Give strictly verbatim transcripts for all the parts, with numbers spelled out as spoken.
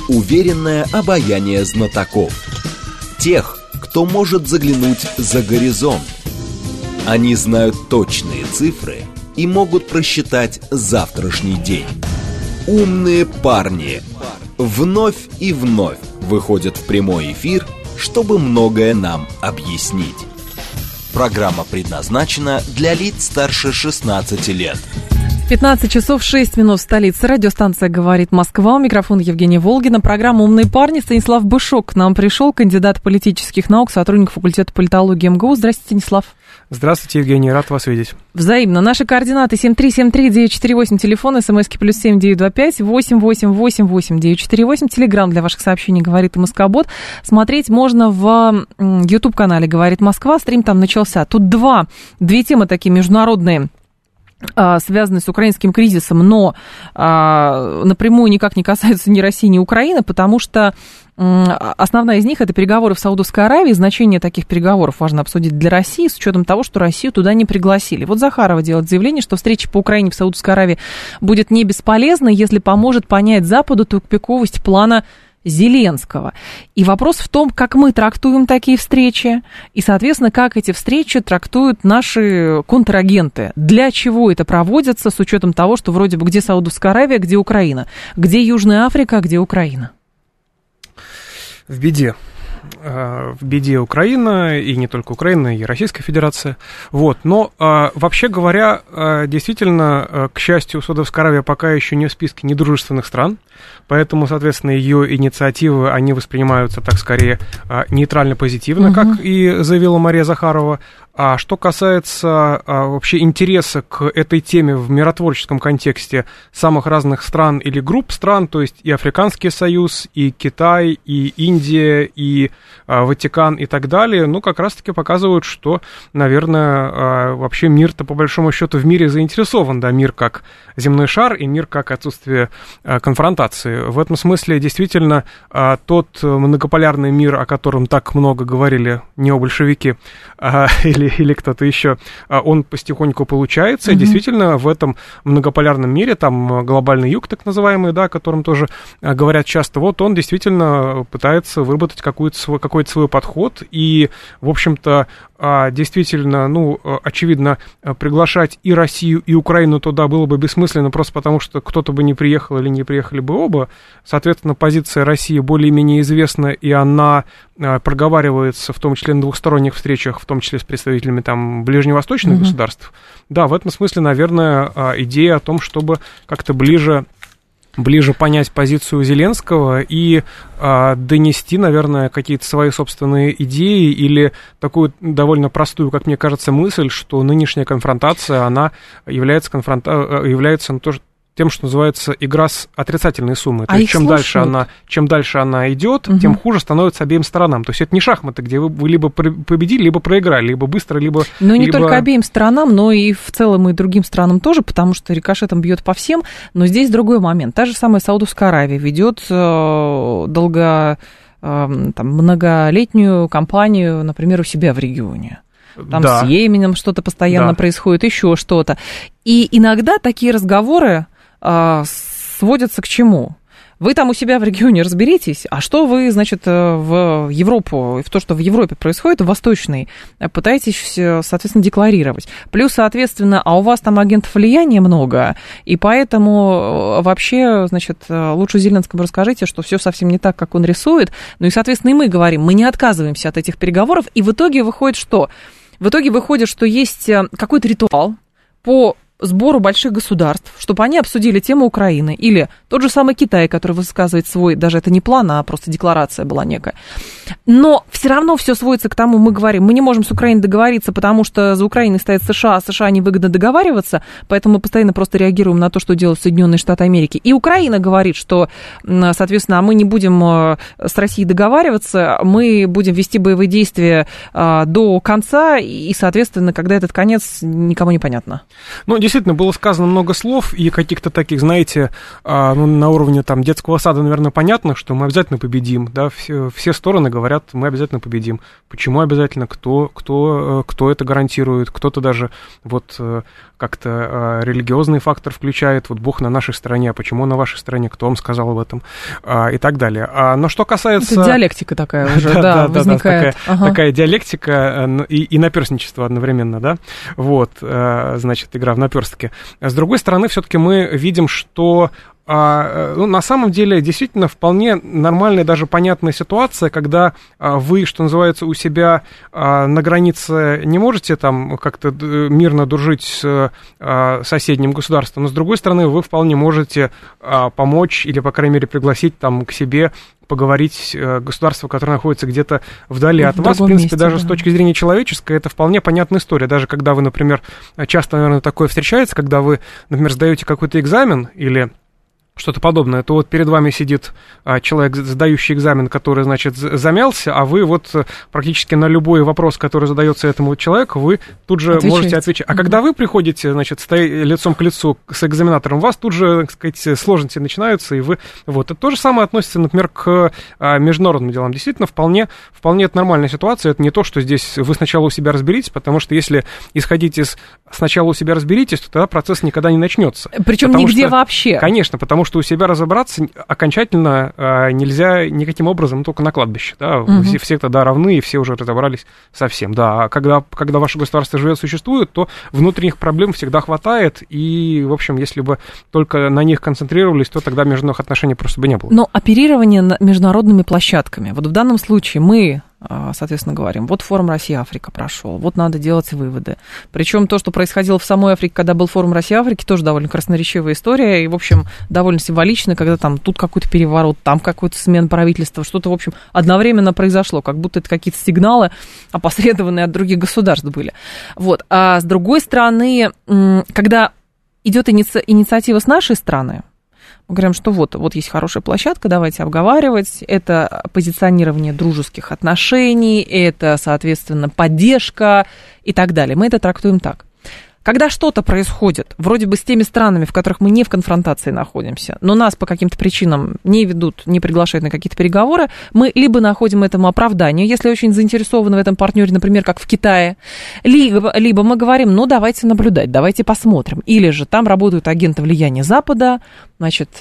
уверенное обаяние знатоков. Тех, кто может заглянуть за горизонт. Они знают точные цифры и могут просчитать завтрашний день. Умные парни вновь и вновь выходят в прямой эфир, чтобы многое нам объяснить. Программа предназначена для лиц старше шестнадцати лет. пятнадцать часов шесть минут в столице. Радиостанция «Говорит Москва». У микрофона Евгения Волгина. Программа «Умные парни». Станислав Бышок к нам пришел, кандидат политических наук, сотрудник факультета политологии эм гэ у. Здравствуйте, Станислав. Здравствуйте, Евгений, рад вас видеть. Взаимно. Наши координаты семь три семь три девять четыре восемь, телефон, смски плюс семь девять два пять восемь восемь восемь восемь девять четыре восемь, телеграм для ваших сообщений «Говорит Москобот». Смотреть можно в YouTube-канале «Говорит Москва», стрим там начался. Тут два, две темы такие международные, связанные с украинским кризисом, но а, напрямую никак не касаются ни России, ни Украины, потому что м, основная из них – это переговоры в Саудовской Аравии. Значение таких переговоров важно обсудить для России, с учетом того, что Россию туда не пригласили. Вот Захарова делает заявление, что встреча по Украине в Саудовской Аравии будет не бесполезна, если поможет понять Западу тупиковость плана Зеленского. И вопрос в том, как мы трактуем такие встречи, и, соответственно, как эти встречи трактуют наши контрагенты. Для чего это проводится, с учетом того, что вроде бы где Саудовская Аравия, где Украина, где Южная Африка, где Украина? В беде. В беде Украина, и не только Украина, и Российская Федерация. Вот. Но, вообще говоря, действительно, к счастью, Саудовская Аравия пока еще не в списке недружественных стран, поэтому, соответственно, ее инициативы, они воспринимаются так скорее нейтрально-позитивно, угу. как и заявила Мария Захарова. А что касается а, вообще интереса к этой теме в миротворческом контексте самых разных стран или групп стран, то есть и Африканский Союз, и Китай, и Индия, и а, Ватикан и так далее, ну, как раз-таки показывают, что, наверное, а, вообще мир-то по большому счету в мире заинтересован, да, мир как земной шар и мир как отсутствие а, конфронтации. В этом смысле действительно а, тот многополярный мир, о котором так много говорили необольшевики, а, или или кто-то еще, он потихоньку получается, mm-hmm. и действительно в этом многополярном мире, там глобальный юг, так называемый, да, о котором тоже говорят часто, вот он действительно пытается выработать какой-то свой, какой-то свой подход, и, в общем-то, действительно, ну, очевидно, приглашать и Россию, и Украину туда было бы бессмысленно, просто потому что кто-то бы не приехал или не приехали бы оба. Соответственно, позиция России более-менее известна, и она проговаривается в том числе на двухсторонних встречах, в том числе с представителями там ближневосточных mm-hmm. государств. Да, в этом смысле, наверное, идея о том, чтобы как-то ближе... ближе понять позицию Зеленского и а, донести, наверное, какие-то свои собственные идеи или такую довольно простую, как мне кажется, мысль, что нынешняя конфронтация, она является, конфронта... является ну, тоже тем, что называется игра с отрицательной суммой. То а есть чем дальше, она, чем дальше она идет, угу. тем хуже становится обеим сторонам. То есть это не шахматы, где вы, вы либо победили, либо проиграли, либо быстро, либо... Ну, не либо... только обеим сторонам, но и в целом и другим странам тоже, потому что рикошетом бьет по всем. Но здесь другой момент. Та же самая Саудовская Аравия ведет э, долго, э, там, многолетнюю кампанию, например, у себя в регионе. Там да. с Йеменом что-то постоянно да. происходит, еще что-то. И иногда такие разговоры сводятся к чему? Вы там у себя в регионе разберитесь, а что вы, значит, в Европу, в то, что в Европе происходит, в Восточной, пытаетесь, соответственно, декларировать. Плюс, соответственно, а у вас там агентов влияния много, и поэтому вообще, значит, лучше Зеленскому расскажите, что все совсем не так, как он рисует. Ну и, соответственно, и мы говорим, мы не отказываемся от этих переговоров, и в итоге выходит что? В итоге выходит, что есть какой-то ритуал по сбору больших государств, чтобы они обсудили тему Украины, или тот же самый Китай, который высказывает свой, даже это не план, а просто декларация была некая. Но все равно все сводится к тому, мы говорим, мы не можем с Украиной договориться, потому что за Украиной стоит США, а США невыгодно договариваться, поэтому мы постоянно просто реагируем на то, что делают Соединенные Штаты Америки. И Украина говорит, что, соответственно, мы не будем с Россией договариваться, мы будем вести боевые действия до конца, и, соответственно, когда этот конец, никому не понятно. Ну, действительно, было сказано много слов и каких-то таких, знаете, ну, на уровне там детского сада, наверное, понятно, что мы обязательно победим, да, все, все стороны говорят, мы обязательно победим. Почему обязательно, кто, кто, кто это гарантирует, кто-то даже вот как-то религиозный фактор включает, вот Бог на нашей стороне, а почему на вашей стороне, кто вам сказал об этом, и так далее. Но что касается... Это диалектика такая уже, да, да, возникает. Да, такая, такая диалектика и, и наперстничество одновременно, да, вот, значит, игра в наперстке. С другой стороны, все-таки мы видим, что ну, на самом деле, действительно, вполне нормальная, даже понятная ситуация, когда вы, что называется, у себя на границе не можете там как-то мирно дружить с соседним государством, но, с другой стороны, вы вполне можете помочь или, по крайней мере, пригласить там к себе поговорить государство, которое находится где-то вдали от вас, в принципе, месте, даже да. С точки зрения человеческой, это вполне понятная история. Даже когда вы, например, часто, наверное, такое встречается, когда вы, например, сдаете какой-то экзамен или что-то подобное, то вот перед вами сидит а, человек, сдающий экзамен, который, значит, замялся, а вы вот практически на любой вопрос, который задается этому человеку, вы тут же Отвечаете. можете отвечать. А mm-hmm. когда вы приходите, значит, стоя лицом к лицу с экзаменатором, у вас тут же, так сказать, сложности начинаются, и вы... Вот. Это то же самое относится, например, к а, международным делам. Действительно, вполне, вполне это нормальная ситуация. Это не то, что здесь вы сначала у себя разберитесь, потому что если исходить из «сначала у себя разберитесь», то тогда процесс никогда не начнется. Причем нигде что, вообще. Конечно, потому что что у себя разобраться окончательно э, нельзя никаким образом, только на кладбище, да, угу. все, все тогда равны, и все уже разобрались совсем, да, а когда, когда ваше государство живет, существует, то внутренних проблем всегда хватает, и, в общем, если бы только на них концентрировались, то тогда международных отношений просто бы не было. Но оперирование международными площадками, вот в данном случае мы... соответственно, говорим, вот форум Россия-Африка прошел, вот надо делать выводы. Причем то, что происходило в самой Африке, когда был форум Россия-Африки, тоже довольно красноречивая история, и, в общем, довольно символично, когда там тут какой-то переворот, там какой-то смен правительства, что-то, в общем, одновременно произошло, как будто это какие-то сигналы, опосредованные от других государств были. Вот. А с другой стороны, когда идет иници- инициатива с нашей стороны, мы говорим, что вот, вот есть хорошая площадка, давайте обговаривать. Это позиционирование дружеских отношений, это, соответственно, поддержка и так далее. Мы это трактуем так. Когда что-то происходит, вроде бы с теми странами, в которых мы не в конфронтации находимся, но нас по каким-то причинам не ведут, не приглашают на какие-то переговоры, мы либо находим этому оправдание, если очень заинтересованы в этом партнере, например, как в Китае, либо, либо мы говорим, ну, давайте наблюдать, давайте посмотрим. Или же там работают агенты влияния Запада, значит,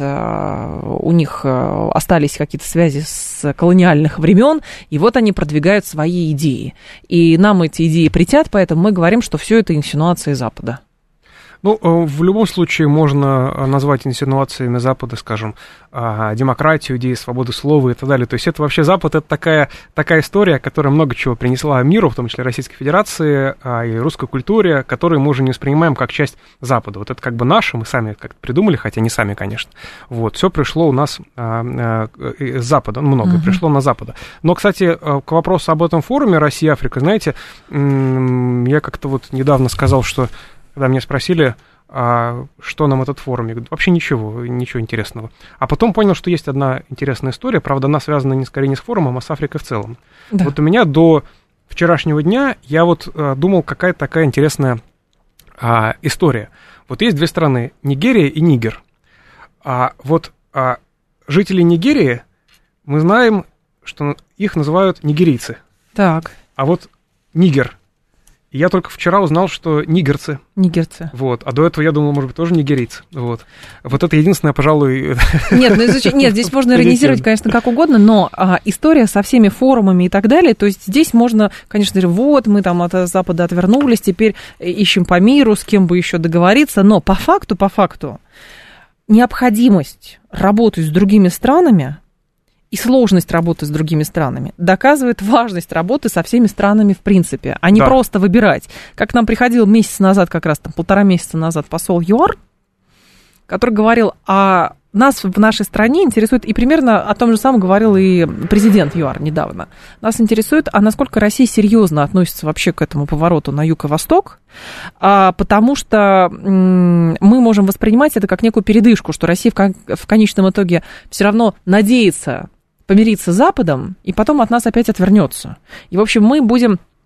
у них остались какие-то связи с колониальных времен, и вот они продвигают свои идеи. И нам эти идеи претят, поэтому мы говорим, что все это инсинуации Запада. Запада. Ну, в любом случае можно назвать инсинуациями Запада, скажем, демократию, идеи свободы слова и так далее. То есть это вообще Запад, это такая, такая история, которая много чего принесла миру, в том числе Российской Федерации и русской культуре, которую мы уже не воспринимаем как часть Запада. Вот это как бы наше, мы сами как-то придумали, хотя не сами, конечно. Вот, все пришло у нас с Запада, многое uh-huh. пришло на Запада. Но, кстати, к вопросу об этом форуме Россия-Африка, знаете, я как-то вот недавно сказал, что когда меня спросили, а что нам этот форум, я говорю, вообще ничего, ничего интересного. А потом понял, что есть одна интересная история, правда, она связана не скорее не с форумом, а с Африкой в целом. Да. Вот у меня до вчерашнего дня я вот а, думал, какая-то такая интересная а, история. Вот есть две страны, Нигерия и Нигер. А вот а, жители Нигерии, мы знаем, что их называют нигерийцы. Так. А вот Нигер, я только вчера узнал, что нигерцы. Нигерцы. Вот. А до этого я думал, может быть, тоже нигерийцы. Вот. Вот это единственное, пожалуй... Нет, ну, изуч... Нет, здесь можно иронизировать, конечно, как угодно, но а, история со всеми форумами и так далее, то есть здесь можно, конечно же, вот, мы там от Запада отвернулись, теперь ищем по миру, с кем бы еще договориться, но по факту, по факту, необходимость работать с другими странами и сложность работы с другими странами доказывает важность работы со всеми странами в принципе, а не да. просто выбирать. Как к нам приходил месяц назад, как раз там полтора месяца назад посол ЮАР, который говорил, а нас в нашей стране интересует, и примерно о том же самом говорил и президент ЮАР недавно, нас интересует, а насколько Россия серьезно относится вообще к этому повороту на юг и восток, а, потому что м- мы можем воспринимать это как некую передышку, что Россия в, кон- в конечном итоге все равно надеется помириться с Западом, и потом от нас опять отвернется. И, в общем, мы будем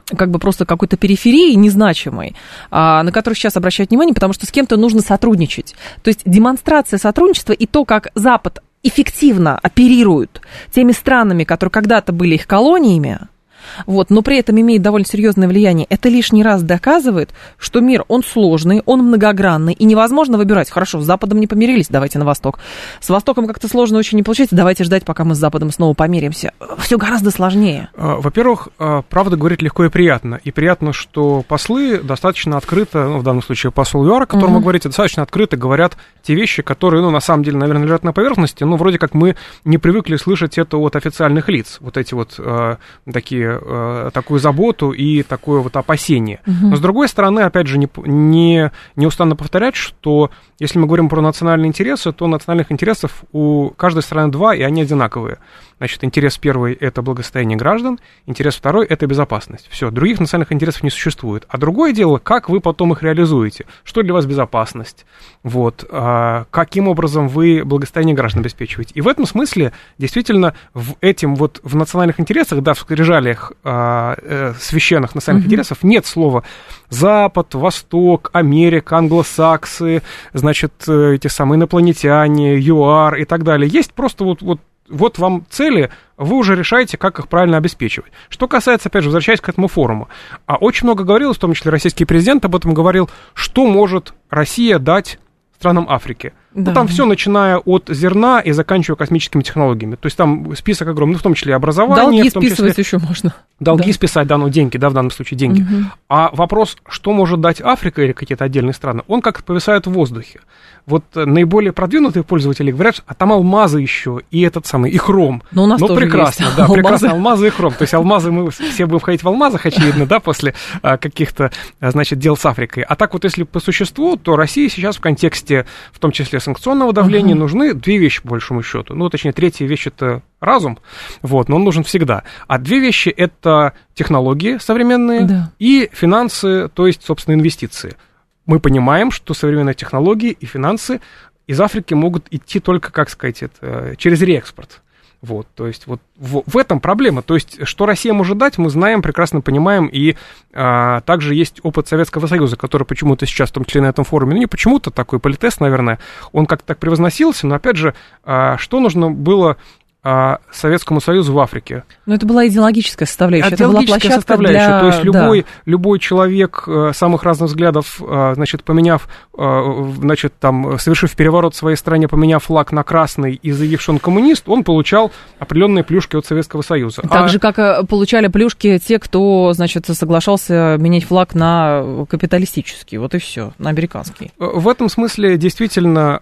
как бы просто какой-то периферии незначимой, на которую сейчас обращают внимание, потому что с кем-то нужно сотрудничать. То есть демонстрация сотрудничества и то, как Запад эффективно оперирует теми странами, которые когда-то были их колониями, вот, но при этом имеет довольно серьезное влияние, это лишний раз доказывает, что мир, он сложный, он многогранный, и невозможно выбирать. Хорошо, с Западом не помирились, давайте на Восток. С Востоком как-то сложно очень не получается, давайте ждать, пока мы с Западом снова помиримся. Все гораздо сложнее. Во-первых, правда говорить легко и приятно. И приятно, что послы достаточно открыто, ну, в данном случае посол ЮАР, о котором угу. вы говорите, достаточно открыто говорят те вещи, которые, ну, на самом деле, наверное, лежат на поверхности, но вроде как мы не привыкли слышать это от официальных лиц. Вот эти вот э, такие такую заботу и такое вот опасение. Угу. Но, с другой стороны, опять же, не, не, не устану повторять, что если мы говорим про национальные интересы, то национальных интересов у каждой страны два, и они одинаковые. Значит, интерес первый – это благосостояние граждан, интерес второй – это безопасность. Все, других национальных интересов не существует. А другое дело, как вы потом их реализуете. Что для вас безопасность? Вот. А, каким образом вы благосостояние граждан обеспечиваете? И в этом смысле, действительно, в этим вот в национальных интересах, да, в скрижалях а, э, священных национальных mm-hmm. интересов нет слова Запад, Восток, Америка, англосаксы, значит, эти самые инопланетяне, ЮАР и так далее. Есть просто вот, вот Вот вам цели, вы уже решаете, как их правильно обеспечивать. Что касается, опять же, возвращаясь к этому форуму, а очень много говорилось, в том числе российский президент об этом говорил, что может Россия дать странам Африки. Да. Ну, там все, начиная от зерна и заканчивая космическими технологиями. То есть там список огромный, в том числе и образование. Долги в том числе... списывать еще можно. Долги да. списать, да, ну, деньги, да, в данном случае деньги. Угу. А вопрос, что может дать Африка или какие-то отдельные страны, он как-то повисает в воздухе. Вот наиболее продвинутые пользователи говорят, а там алмазы еще, и этот самый, и хром. Но у нас ну, тоже прекрасно, есть да, алмазы. прекрасно, алмазы и хром. То есть алмазы, мы все будем ходить в алмазах, очевидно, да, после а, каких-то, значит, дел с Африкой. А так вот, если по существу, то России сейчас в контексте, в том числе санкционного давления, uh-huh. нужны две вещи, по большому счету. Ну, точнее, третья вещь — это разум, вот, но он нужен всегда. А две вещи — это технологии современные да. и финансы, то есть, собственно, инвестиции. Мы понимаем, что современные технологии и финансы из Африки могут идти только, как сказать, это, через реэкспорт. Вот, то есть вот в, в этом проблема. То есть что Россия может дать, мы знаем, прекрасно понимаем, и а, также есть опыт Советского Союза, который почему-то сейчас, в том числе на этом форуме, ну не почему-то, такой политес, наверное, он как-то так превозносился, но опять же, а, что нужно было Советскому Союзу в Африке. Но это была идеологическая составляющая. Идеологическая это была составляющая. Для... То есть любой, да. любой человек самых разных взглядов, значит, поменяв, значит, там, совершив переворот в своей стране, поменяв флаг на красный и заявив, что он коммунист, он получал определенные плюшки от Советского Союза. Так а... же, как получали плюшки те, кто, значит, соглашался менять флаг на капиталистический. Вот и все, на американский. В этом смысле действительно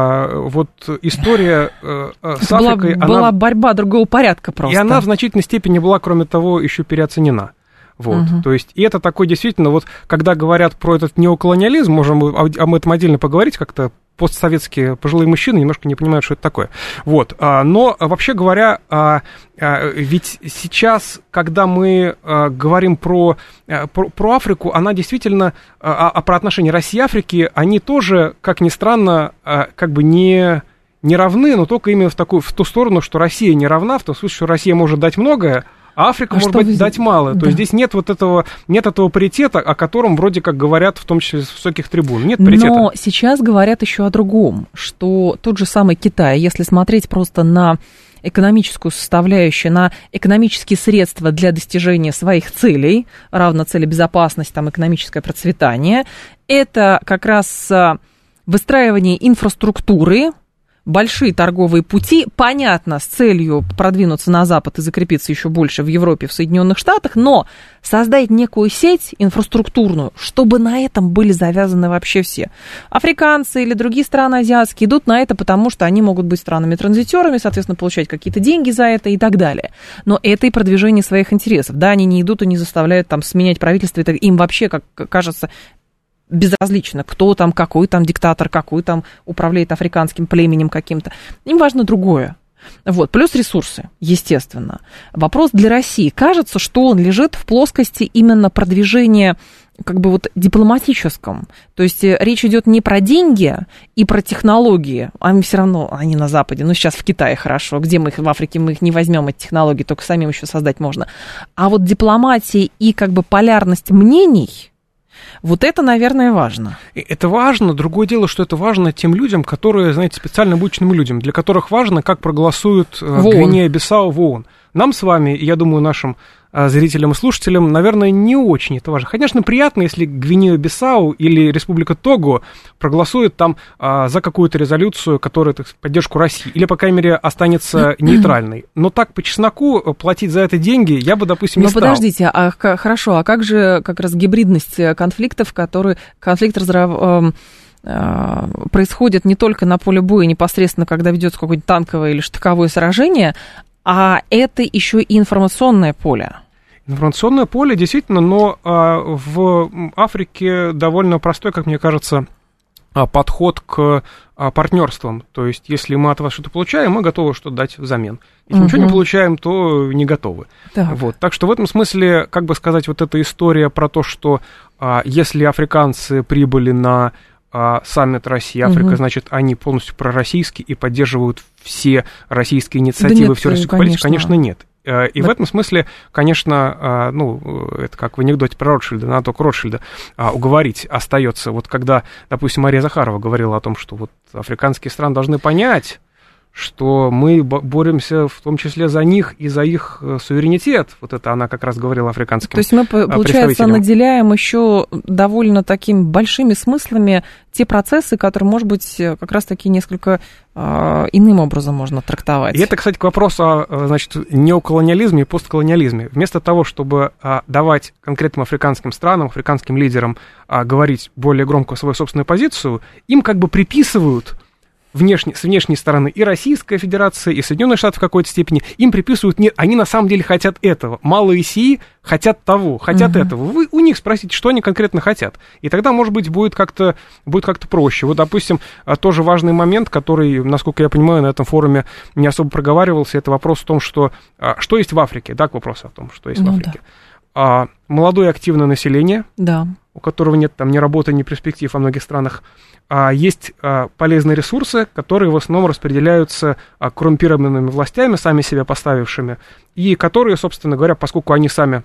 вот история с Африкой, была, она... была борьба другого порядка просто. И она в значительной степени была, кроме того, еще переоценена. Вот, угу. То есть, и это такой действительно, вот, когда говорят про этот неоколониализм, можем об этом отдельно поговорить, как-то постсоветские пожилые мужчины немножко не понимают, что это такое. Вот, но, вообще говоря, ведь сейчас, когда мы говорим про, про, про Африку, она действительно, а про отношения России и Африки, они тоже, как ни странно, как бы не... не равны, но только именно в, такую, в ту сторону, что Россия не равна, в том смысле, что Россия может дать многое, а Африка а может быть, вы... дать мало. Да. То есть здесь нет вот этого, нет этого паритета, о котором вроде как говорят, в том числе с высоких трибун. Нет паритета. Но сейчас говорят еще о другом, что тот же самый Китай, если смотреть просто на экономическую составляющую, на экономические средства для достижения своих целей, равно цели безопасности, там, экономическое процветание, это как раз выстраивание инфраструктуры, большие торговые пути, понятно, с целью продвинуться на Запад и закрепиться еще больше в Европе, в Соединенных Штатах, но создать некую сеть инфраструктурную, чтобы на этом были завязаны вообще все. Африканцы или другие страны азиатские идут на это, потому что они могут быть странами-транзитерами, соответственно, получать какие-то деньги за это и так далее. Но это и продвижение своих интересов. Да, они не идут и не заставляют там сменять правительство, это им вообще, как кажется, безразлично, кто там, какой там диктатор, какой там управляет африканским племенем каким-то. Им важно другое. Вот. Плюс ресурсы, естественно. Вопрос для России. Кажется, что он лежит в плоскости именно продвижения как бы вот дипломатическом. То есть речь идет не про деньги и про технологии, а все равно они на Западе, ну сейчас в Китае хорошо, где мы их, в Африке мы их не возьмем, эти технологии, только самим еще создать можно. А вот дипломатия и как бы полярность мнений, вот это, наверное, важно. Это важно. Другое дело, что это важно тем людям, которые, знаете, специально обученным людям, для которых важно, как проголосуют Гвинея-Бисау в ООН. Нам с вами, я думаю, нашим зрителям и слушателям, наверное, не очень это важно. Конечно, приятно, если Гвинея-Бисау или Республика Того проголосует там а, за какую-то резолюцию, которая, так сказать, поддержку России, или, по крайней мере, останется нейтральной. Но так, по чесноку, платить за это деньги я бы, допустим, не Но стал. Но подождите, а, хорошо, а как же как раз гибридность конфликтов, которые... Конфликт разрав... происходит не только на поле боя, непосредственно, когда ведется какое-то танковое или штыковое сражение, а это еще и информационное поле. Информационное поле, действительно, но а, в Африке довольно простой, как мне кажется, подход к а, партнерствам. То есть, если мы от вас что-то получаем, мы готовы что-то дать взамен. Если угу. ничего не получаем, то не готовы. Так. Вот. Так что в этом смысле, как бы сказать, вот эта история про то, что а, если африканцы прибыли на а, саммит Россия-Африка, угу. значит, они полностью пророссийские и поддерживают все российские инициативы, да нет, всю российскую политику, конечно, нет. И да. в этом смысле, конечно, ну, это как в анекдоте про Ротшильда, надо только Ротшильда уговорить остается. Вот когда, допустим, Мария Захарова говорила о том, что вот африканские страны должны понять, что мы боремся в том числе за них и за их суверенитет. Вот это она как раз говорила африканским представителям. То есть мы, получается, наделяем еще довольно такими большими смыслами те процессы, которые, может быть, как раз-таки несколько э, иным образом можно трактовать. И это, кстати, к вопросу о, значит, неоколониализме и постколониализме. Вместо того, чтобы а, давать конкретным африканским странам, африканским лидерам а, говорить более громко свою собственную позицию, им как бы приписывают Внешне, с внешней стороны и Российская Федерация, и Соединенные Штаты в какой-то степени, им приписывают, нет, они на самом деле хотят этого. Малые сии хотят того, хотят uh-huh. этого. Вы у них спросите, что они конкретно хотят. И тогда, может быть, будет как-то, будет как-то проще. Вот, допустим, тоже важный момент, который, насколько я понимаю, на этом форуме не особо проговаривался, это вопрос о том, что, что есть в Африке, да, к вопросу о том, что есть ну, в Африке. Да. Молодое активное население, да. у которого нет там ни работы, ни перспектив во многих странах. А, есть а, полезные ресурсы, которые в основном распределяются а, коррумпированными властями, сами себя поставившими, и которые, собственно говоря, поскольку они сами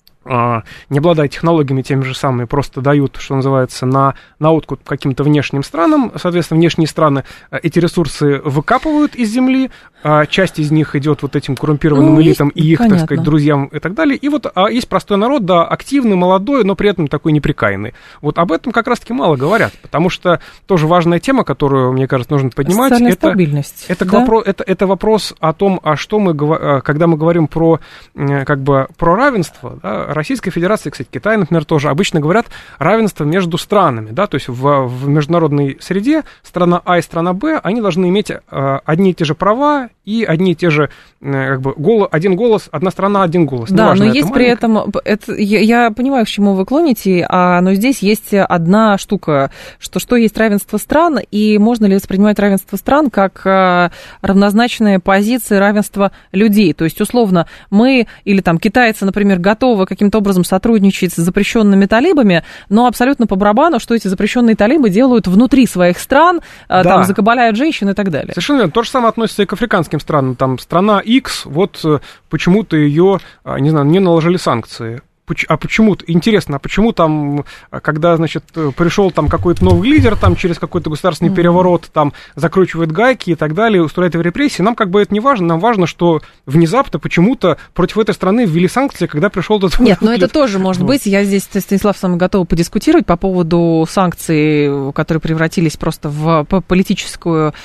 а, не обладая технологиями теми же самыми, просто дают, что называется, на, на откуп каким-то внешним странам, соответственно, внешние страны а, эти ресурсы выкапывают из земли, а, часть из них идет вот этим коррумпированным ну, элитам и их, понятно. Так сказать, друзьям и так далее, и вот а, есть простой народ, да, активный, молодой, но при этом такой неприкаянный. Вот об этом как раз-таки мало говорят, потому что тоже важная тема, которую, мне кажется, нужно поднимать, социальная это, стабильность, это, да? вопрос, это, это вопрос о том, а что мы, когда мы говорим про, как бы, про равенство, да, Российская Федерация, кстати, Китай, например, тоже обычно говорят равенство между странами, да, то есть в, в международной среде страна А и страна Б, они должны иметь э, одни и те же права и одни и те же, э, как бы, голос, один голос, одна страна, один голос. Да, неважно, но есть это при этом, это, я, я понимаю, к чему вы клоните, а, но здесь есть одна штука, что, что есть равенство стран, и можно ли воспринимать равенство стран как а, равнозначная позиция равенства людей, то есть, условно, мы или там китайцы, например, готовы каким-то образом сотрудничать с запрещенными талибами, но абсолютно по барабану, что эти запрещенные талибы делают внутри своих стран, да. Там закабаляют женщин и так далее. Совершенно верно. То же самое относится и к африканским странам. Там страна X, вот почему-то ее, не знаю, не наложили санкции. А почему-то, интересно, а почему там, когда, значит, пришел там какой-то новый лидер, там через какой-то государственный mm-hmm. переворот, там закручивает гайки и так далее, устраивает репрессии, нам как бы это не важно, нам важно, что внезапно почему-то против этой страны ввели санкции, когда пришел тот... Нет, но это тоже может вот. быть, я здесь, Станислав, с вами готова подискутировать по поводу санкций, которые превратились просто в политическую,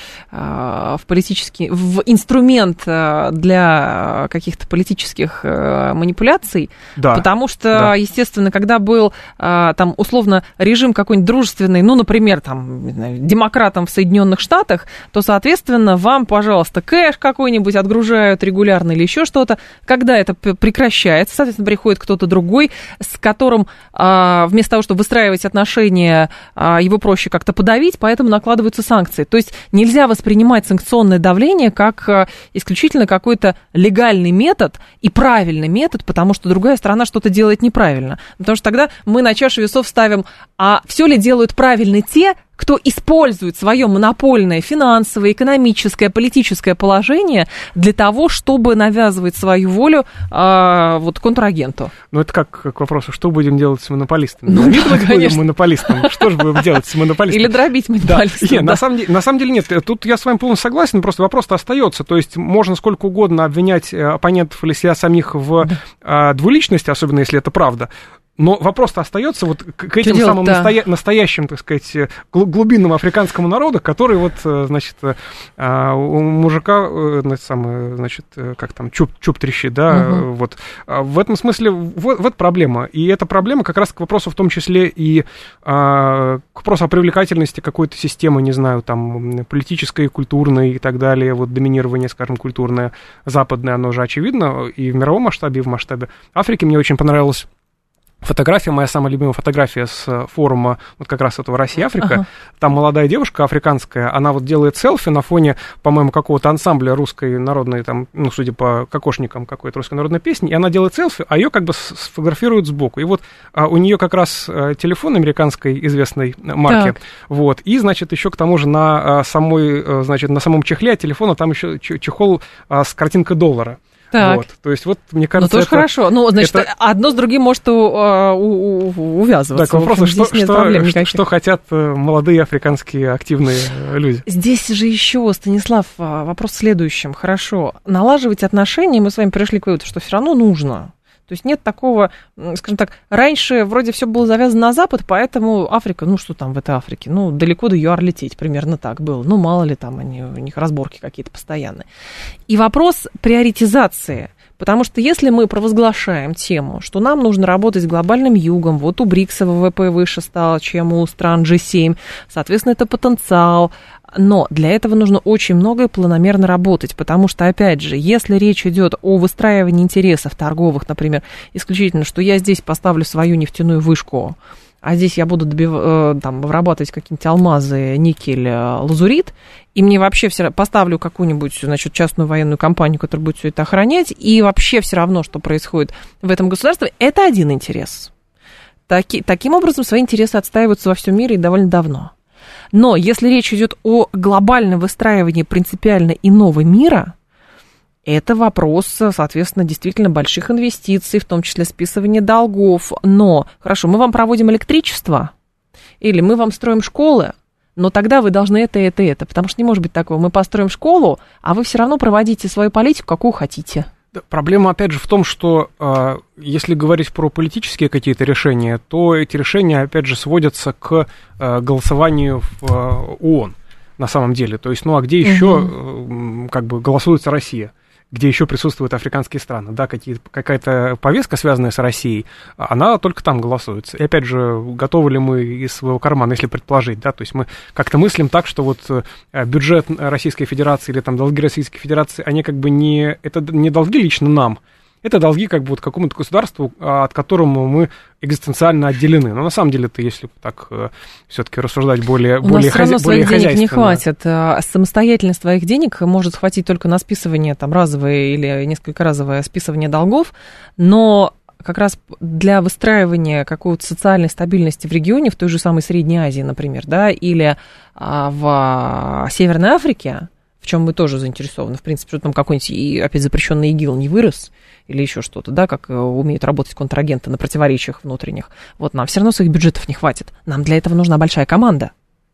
в политический, в инструмент для каких-то политических манипуляций, да. потому что, да. естественно, когда был там условно режим какой-нибудь дружественный, ну, например, там, не знаю, демократам в Соединенных Штатах, то, соответственно, вам, пожалуйста, кэш какой-нибудь отгружают регулярно или еще что-то. Когда это прекращается, соответственно, приходит кто-то другой, с которым вместо того, чтобы выстраивать отношения, его проще как-то подавить, поэтому накладываются санкции. То есть нельзя воспринимать санкционное давление как исключительно какой-то легальный метод и правильный метод, потому что другая страна что-то делает делает неправильно. Потому что тогда мы на чашу весов ставим, а все ли делают правильно те, кто использует свое монопольное финансовое, экономическое, политическое положение для того, чтобы навязывать свою волю а, вот, контрагенту. Ну, это как к вопросу, что будем делать с монополистами? Ну, Завидовать да, будем монополистам? Что же будем делать с монополистами? Или дробить монополистов. Да. Нет, да. на, самом деле, на самом деле нет. Тут я с вами полностью согласен, просто вопрос-то остается. То есть можно сколько угодно обвинять оппонентов или себя самих в да. двуличности, особенно если это правда. Но вопрос-то остается вот к, к этим Что самым настоя... настоящим, так сказать, глубинному африканскому народу, который вот, значит, у мужика, значит, как там, чуб, чуб трещит, да, угу. вот. В этом смысле вот, вот проблема. И эта проблема как раз к вопросу в том числе и к вопросу о привлекательности какой-то системы, не знаю, там, политической, культурной и так далее, вот доминирование, скажем, культурное, западное, оно же очевидно и в мировом масштабе, и в масштабе Африки. Мне очень понравилось фотография, моя самая любимая фотография с форума вот как раз этого «Россия-Африка». Ага. Там молодая девушка африканская, она вот делает селфи на фоне, по-моему, какого-то ансамбля русской народной, там, ну, судя по кокошникам, какой-то русской народной песни, и она делает селфи, а ее как бы сфотографируют сбоку. И вот а, у нее как раз а, телефон американской известной марки, так. вот, и, значит, еще к тому же на а, самой, а, значит, на самом чехле от телефона там еще чехол а, с картинкой доллара. Так. Вот. То есть, вот, мне кажется, ну, тоже это, хорошо. Ну, значит, это... одно с другим может у, у, у, увязываться. Так, вопрос, что, что, что, что хотят молодые африканские активные люди? Здесь же еще, Станислав, вопрос в следующем. Хорошо, налаживать отношения, мы с вами пришли к выводу, что все равно нужно. То есть нет такого, скажем так, раньше вроде все было завязано на Запад, поэтому Африка, ну что там в этой Африке, ну далеко до ЮАР лететь, примерно так было. Ну мало ли там они, у них разборки какие-то постоянные. И вопрос приоритизации, потому что если мы провозглашаем тему, что нам нужно работать с глобальным югом, вот у БРИКСа ВВП выше стало, чем у стран джи семь, соответственно, это потенциал. Но для этого нужно очень много и планомерно работать, потому что, опять же, если речь идет о выстраивании интересов торговых, например, исключительно, что я здесь поставлю свою нефтяную вышку, а здесь я буду добив... там, вырабатывать какие-нибудь алмазы, никель, лазурит, и мне вообще все поставлю какую-нибудь, значит, частную военную компанию, которая будет все это охранять, и вообще все равно, что происходит в этом государстве, это один интерес. Таки... Таким образом, свои интересы отстаиваются во всем мире и довольно давно. Но если речь идет о глобальном выстраивании принципиально иного мира, это вопрос, соответственно, действительно больших инвестиций, в том числе списывания долгов. Но, хорошо, мы вам проводим электричество, или мы вам строим школы, но тогда вы должны это, это, это. Потому что не может быть такого. Мы построим школу, а вы все равно проводите свою политику, какую хотите. Проблема, опять же, в том, что э, если говорить про политические какие-то решения, то эти решения, опять же, сводятся к э, голосованию в э, ООН на самом деле. То есть, ну, а где еще э, как бы голосуется Россия? Где еще присутствуют африканские страны, да, какая-то повестка, связанная с Россией, она только там голосуется. И опять же, готовы ли мы из своего кармана, если предположить, да, то есть мы как-то мыслим так, что вот бюджет Российской Федерации или там долги Российской Федерации, они как бы не, это не долги лично нам, это долги как бы вот какому-то государству, от которого мы экзистенциально отделены. Но на самом деле-то, если так э, все-таки рассуждать более, У более, нас хази- более своих денег не хватит. Самостоятельность твоих денег может хватить только на списывание там, разовое или несколько разовое списывание долгов, но как раз для выстраивания какой-то социальной стабильности в регионе, в той же самой Средней Азии, например, да, или а, в Северной Африке, в чем мы тоже заинтересованы, в принципе, что там какой-нибудь, и, опять, запрещенный ИГИЛ не вырос, или еще что-то, да, как умеют работать контрагенты на противоречиях внутренних. Вот нам все равно своих бюджетов не хватит. Нам для этого нужна большая команда.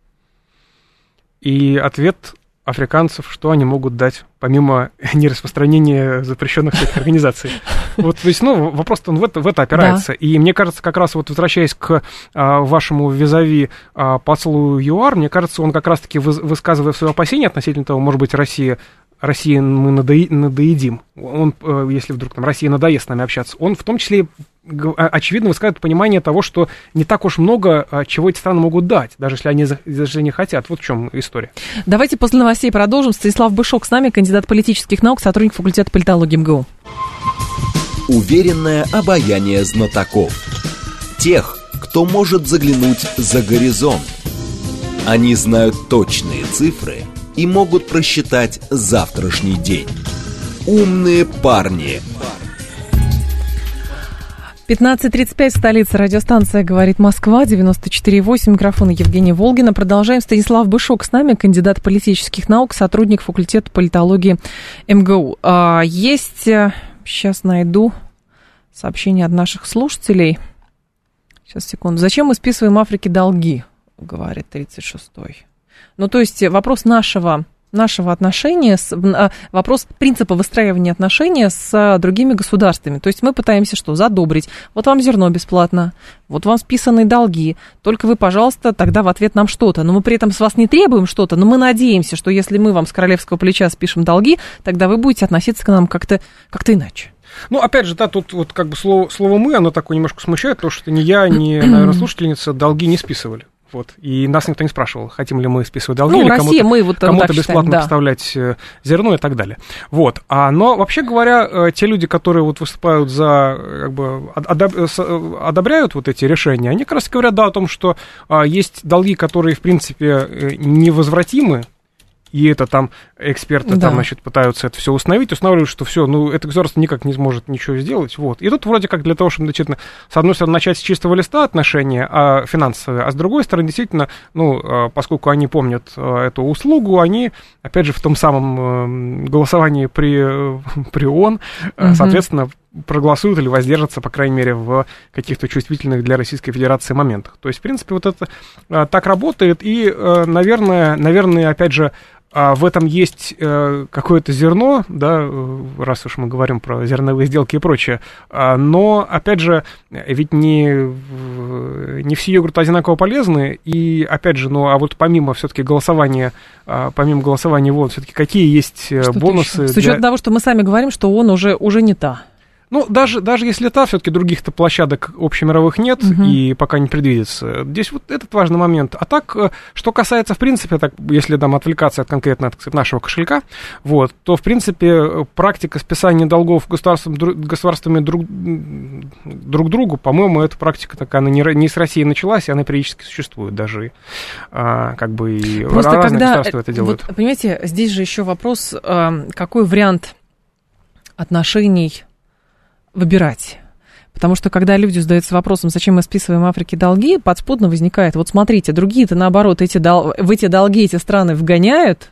И ответ африканцев, что они могут дать, помимо нераспространения запрещенных всяких организаций. Вот, то есть, ну, вопрос-то он в это, в это опирается. Да. И мне кажется, как раз вот возвращаясь к а, вашему визави а, послу ЮАР, мне кажется, он как раз-таки вы, высказывая свои опасения относительно того, может быть, Россия, России мы надои, надоедим. Он, если вдруг там Россия надоест с нами общаться, он в том числе очевидно высказывает понимание того, что не так уж много чего эти страны могут дать, даже если они, даже не хотят. Вот в чем история. Давайте после новостей продолжим. Станислав Бышок с нами, кандидат политических наук, сотрудник факультета политологии МГУ. Уверенное обаяние знатоков. Тех, кто может заглянуть за горизонт. Они знают точные цифры и могут просчитать завтрашний день. Умные парни. пятнадцать тридцать пять, столица, радиостанция «Говорит Москва», девяносто четыре и восемь, микрофон Евгения Волгина. Продолжаем. Станислав Бышок с нами, кандидат политических наук, сотрудник факультета политологии эм гэ у. Есть, сейчас найду сообщение от наших слушателей. Сейчас, секунду. Зачем мы списываем Африке долги, говорит тридцать шестой. Ну, то есть вопрос нашего... нашего отношения, с, вопрос принципа выстраивания отношений с другими государствами. То есть мы пытаемся что? Задобрить. Вот вам зерно бесплатно, вот вам списанные долги, только вы, пожалуйста, тогда в ответ нам что-то. Но мы при этом с вас не требуем что-то, но мы надеемся, что если мы вам с королевского плеча спишем долги, тогда вы будете относиться к нам как-то, как-то иначе. Ну, опять же, да, тут вот как бы слово, слово «мы», оно такое немножко смущает, потому что ни я, ни, наверное, слушательница долги не списывали. Вот. И нас никто не спрашивал, хотим ли мы списывать долги, ну, или Россия, кому-то, мы вот кому-то бесплатно считаем, да. поставлять зерно и так далее. Вот. А, но, вообще говоря, те люди, которые вот выступают за, как бы, одобряют вот эти решения, они как раз говорят, да, о том, что есть долги, которые, в принципе, невозвратимы, и это там эксперты да. там, значит, пытаются это все установить, устанавливают, что все, ну, это государство никак не сможет ничего сделать, вот. И тут вроде как для того, чтобы, действительно, с одной стороны, начать с чистого листа отношения а, финансовые, а с другой стороны, действительно, ну, поскольку они помнят эту услугу, они, опять же, в том самом голосовании при, при ООН, угу. соответственно, проголосуют или воздержатся, по крайней мере, в каких-то чувствительных для Российской Федерации моментах. То есть, в принципе, вот это а, так работает, и, а, наверное, наверное, опять же, а в этом есть э, какое-то зерно, да, раз уж мы говорим про зерновые сделки и прочее, а, но, опять же, ведь не, не все йогурты одинаково полезны, и, опять же, ну, а вот помимо все-таки голосования, а, помимо голосования, вот, все-таки какие есть что бонусы? С учетом для... того, что мы сами говорим, что он уже, уже не та. Ну, даже, даже если та, все-таки других-то площадок общемировых нет, угу. и пока не предвидится. Здесь вот этот важный момент. А так, что касается, в принципе, так, если там отвлекаться от конкретно, так сказать, нашего кошелька, вот, то, в принципе, практика списания долгов государством, государствами друг, друг другу, по-моему, эта практика такая, она не, не с Россией началась, и она периодически существует даже. А, как бы и просто разные когда, государства это делают. Вот, понимаете, здесь же еще вопрос, какой вариант отношений выбирать. Потому что, когда люди задаются вопросом, зачем мы списываем Африке долги, подспудно возникает, вот смотрите, другие-то, наоборот, эти дол- в эти долги эти страны вгоняют,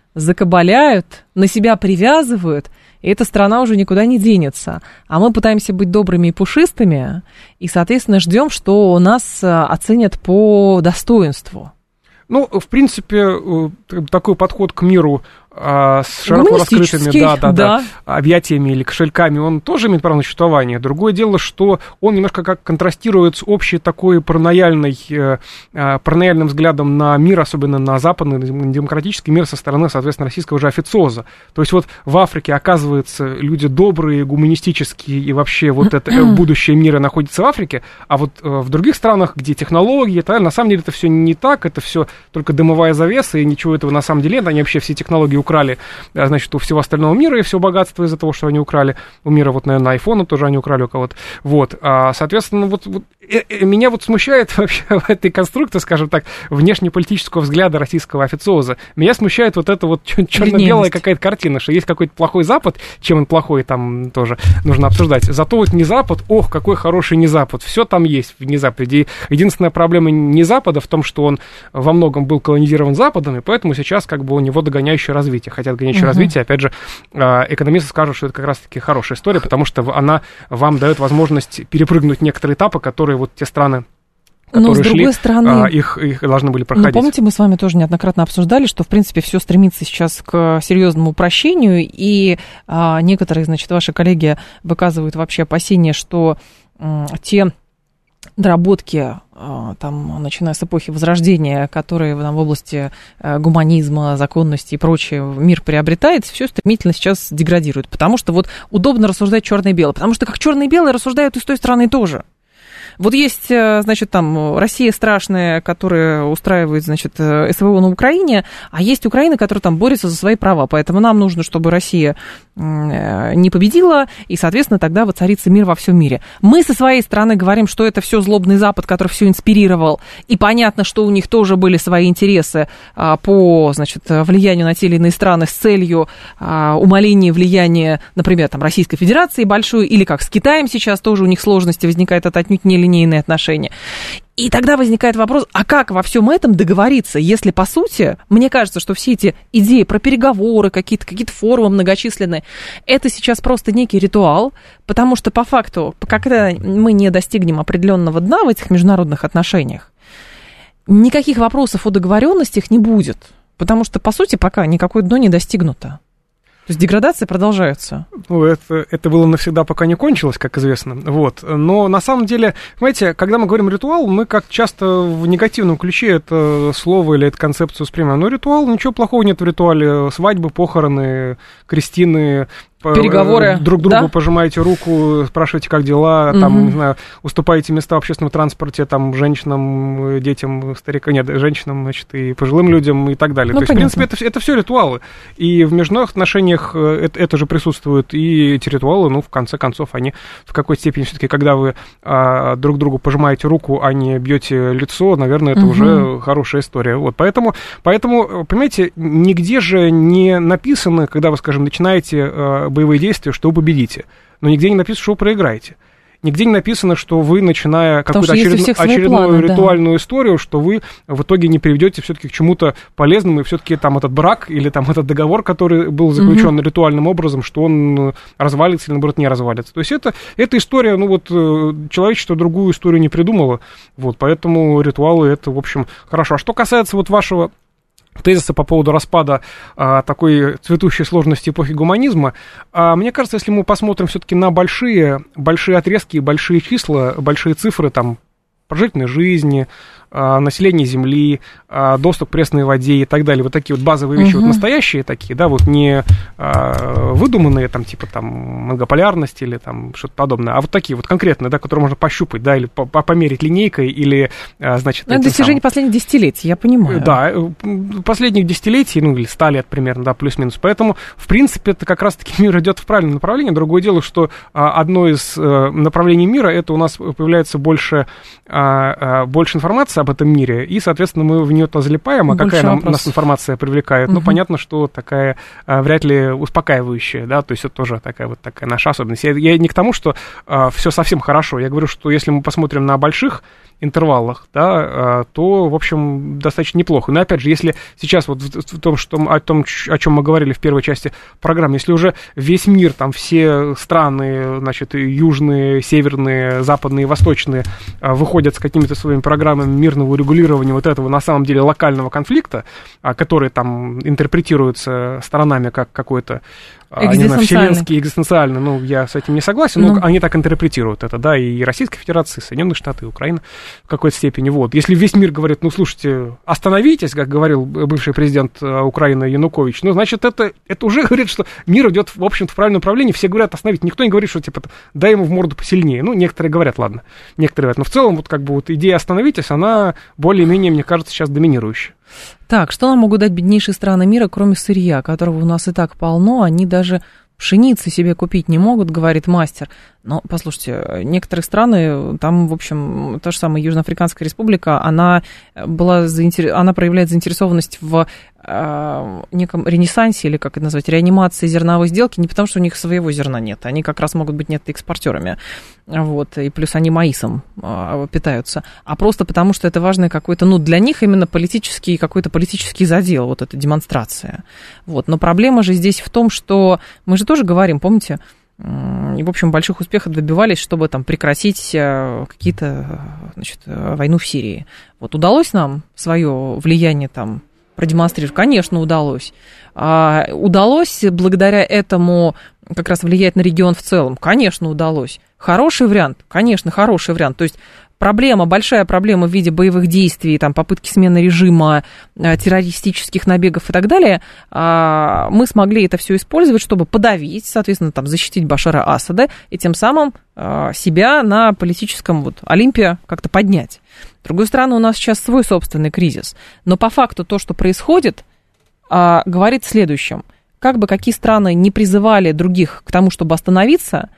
закабаляют, на себя привязывают, и эта страна уже никуда не денется. А мы пытаемся быть добрыми и пушистыми, и, соответственно, ждем, что нас оценят по достоинству. Ну, в принципе, такой подход к миру а, с широко раскрытыми да, да, да, да. объятиями или кошельками, он тоже имеет право на существование. Другое дело, что он немножко как контрастирует с общей такой паранояльной, э, паранояльным взглядом на мир, особенно на западный, на демократический мир со стороны, соответственно, российского же официоза. То есть вот в Африке, оказывается, люди добрые, гуманистические, и вообще вот это будущее мира находится в Африке, а вот э, в других странах, где технологии, это, на самом деле это все не так, это все только дымовая завеса, и ничего этого на самом деле нет, они вообще все технологии украли, значит, у всего остального мира, и все богатство из-за того, что они украли у мира, вот, наверное, айфона тоже они украли у кого-то, вот, а, соответственно, вот, вот э, э, меня вот смущает вообще в этой конструкции, скажем так, внешнеполитического взгляда российского официоза, меня смущает вот эта вот черно-белая какая-то картина, что есть какой-то плохой Запад, чем он плохой, там тоже нужно обсуждать, зато вот не Запад, ох, какой хороший не Запад, все там есть в не Западе, единственная проблема не Запада в том, что он во многом был колонизирован Западом, и поэтому сейчас как бы у него догоняющее развитие. Хотят догоняющее uh-huh. развитие. Опять же, экономисты скажут, что это как раз-таки хорошая история, потому что она вам дает возможность перепрыгнуть некоторые этапы, которые вот те страны, которые Но, с другой шли, стороны, их, их должны были проходить. Ну, помните, мы с вами тоже неоднократно обсуждали, что, в принципе, все стремится сейчас к серьезному упрощению, и а, некоторые, значит, ваши коллеги выказывают вообще опасения, что м, те доработки, там, начиная с эпохи Возрождения, которые там, в области гуманизма, законности и прочее мир приобретает, все стремительно сейчас деградирует. Потому что вот удобно рассуждать черно и белое. Потому что как черно и белое рассуждают и с той стороны тоже. Вот есть, значит, там Россия страшная, которая устраивает, значит, СВО на Украине, а есть Украина, которая там борется за свои права. Поэтому нам нужно, чтобы Россия не победила, и, соответственно, тогда воцарится мир во всем мире. Мы со своей стороны говорим, что это все злобный Запад, который все инспирировал, и понятно, что у них тоже были свои интересы по, значит, влиянию на те или иные страны с целью умаления влияния, например, там, Российской Федерации большой, или как с Китаем сейчас тоже у них сложности возникает, это отнюдь не линейные отношения. И тогда возникает вопрос, а как во всем этом договориться, если, по сути, мне кажется, что все эти идеи про переговоры, какие-то, какие-то форумы многочисленные, это сейчас просто некий ритуал, потому что, по факту, когда мы не достигнем определенного дна в этих международных отношениях, никаких вопросов о договоренностях не будет, потому что, по сути, пока никакое дно не достигнуто. То есть деградация продолжается. Ну, это, это было навсегда, пока не кончилось, как известно. Вот. Но на самом деле, понимаете, когда мы говорим ритуал, мы как часто в негативном ключе это слово или эту концепцию воспринимаем. Но ритуал, ничего плохого нет в ритуале. Свадьбы, похороны, крестины, переговоры, друг другу да? пожимаете руку, спрашиваете, как дела, угу. там, не знаю, уступаете места в общественном транспорте, там, женщинам, детям, старикам, нет, женщинам, значит, и пожилым людям и так далее. Ну, то понятно. есть, в принципе, это, это все ритуалы. И в международных отношениях это, это же присутствует, и эти ритуалы, ну, в конце концов, они в какой-то степени все-таки, когда вы а, друг другу пожимаете руку, а не бьете лицо, наверное, это угу. уже хорошая история. Вот, поэтому, поэтому, понимаете, нигде же не написано, когда вы, скажем, начинаете боевые действия, что вы победите. Но нигде не написано, что вы проиграете. Нигде не написано, что вы, начиная какую-то очередную, очередную планы, ритуальную да. историю, что вы в итоге не приведете все-таки к чему-то полезному, и все-таки там этот брак или там этот договор, который был заключен угу. ритуальным образом, что он развалится или, наоборот, не развалится. То есть это, эта история, ну вот, человечество другую историю не придумало, вот, поэтому ритуалы, это, в общем, хорошо. А что касается вот вашего тезиса по поводу распада а, такой цветущей сложности эпохи гуманизма, а, мне кажется, если мы посмотрим все-таки на большие, большие отрезки, большие числа, большие цифры, там, прожиточной жизни, а, население Земли, а, доступ к пресной воде и так далее, вот такие вот базовые вещи, uh-huh. вот настоящие такие, да, вот не а, выдуманные, там, типа, там, многополярность или там что-то подобное, а вот такие вот конкретные, да, которые можно пощупать, да, или померить линейкой, или, а, значит... Это достижение последних десятилетий, я понимаю. Да, последних десятилетий, ну, или ста лет примерно, да, плюс-минус, поэтому, в принципе, это как раз-таки мир идет в правильном направлении. Другое дело, что а, одно из а, направлений мира, это у нас появляется больше, а, а, больше информации об этом мире, и, соответственно, мы в нее-то залипаем, а больше какая нам, нас информация привлекает? Угу. Ну, понятно, что такая а, вряд ли успокаивающая, да, то есть это тоже такая вот такая наша особенность. Я, я не к тому, что а, все совсем хорошо, я говорю, что если мы посмотрим на больших интервалах, да, то, в общем, достаточно неплохо. Но, опять же, если сейчас вот в том, что, о том, о чем мы говорили в первой части программы, если уже весь мир, там, все страны, значит, южные, северные, западные, восточные, выходят с какими-то своими программами мирного урегулирования вот этого, на самом деле, локального конфликта, который там интерпретируется сторонами как какой-то, не знаю, вселенский, экзистенциальный, ну, я с этим не согласен, но ну. они так интерпретируют это, да, и Российская Федерация, и Соединенные Штаты, и Украина в какой-то степени, вот. Если весь мир говорит, ну, слушайте, остановитесь, как говорил бывший президент Украины Янукович, ну, значит, это, это уже говорит, что мир идет, в общем-то, в правильном направлении, все говорят остановить, никто не говорит, что, типа, дай ему в морду посильнее, ну, некоторые говорят, ладно, некоторые говорят, но в целом, вот, как бы, вот, идея остановитесь, она более-менее, мне кажется, сейчас доминирующая. Так, что нам могут дать беднейшие страны мира, кроме сырья, которого у нас и так полно, они даже пшеницы себе купить не могут, говорит мастер. Но, послушайте, некоторые страны, там, в общем, та же самая Южноафриканская республика, она, была заинтер... она проявляет заинтересованность в э, неком ренессансе, или как это назвать, реанимации зерновой сделки, не потому что у них своего зерна нет, они как раз могут быть нет-экспортерами, вот, и плюс они маисом э, питаются, а просто потому что это важный какой-то, ну, для них именно политический, какой-то политический задел, вот эта демонстрация. Вот, но проблема же здесь в том, что мы же тоже говорим, помните, и, в общем, больших успехов добивались, чтобы там прекратить какие-то, значит, войну в Сирии. Вот удалось нам свое влияние там продемонстрировать? Конечно, удалось. А удалось благодаря этому как раз влиять на регион в целом? Конечно, удалось. Хороший вариант? Конечно, хороший вариант. То есть проблема, большая проблема в виде боевых действий, там, попытки смены режима, террористических набегов и так далее, мы смогли это все использовать, чтобы подавить, соответственно, там, защитить Башара Асада и тем самым себя на политическом вот Олимпе как-то поднять. С другой стороны, у нас сейчас свой собственный кризис. Но по факту то, что происходит, говорит в следующем. Как бы какие страны не призывали других к тому, чтобы остановиться,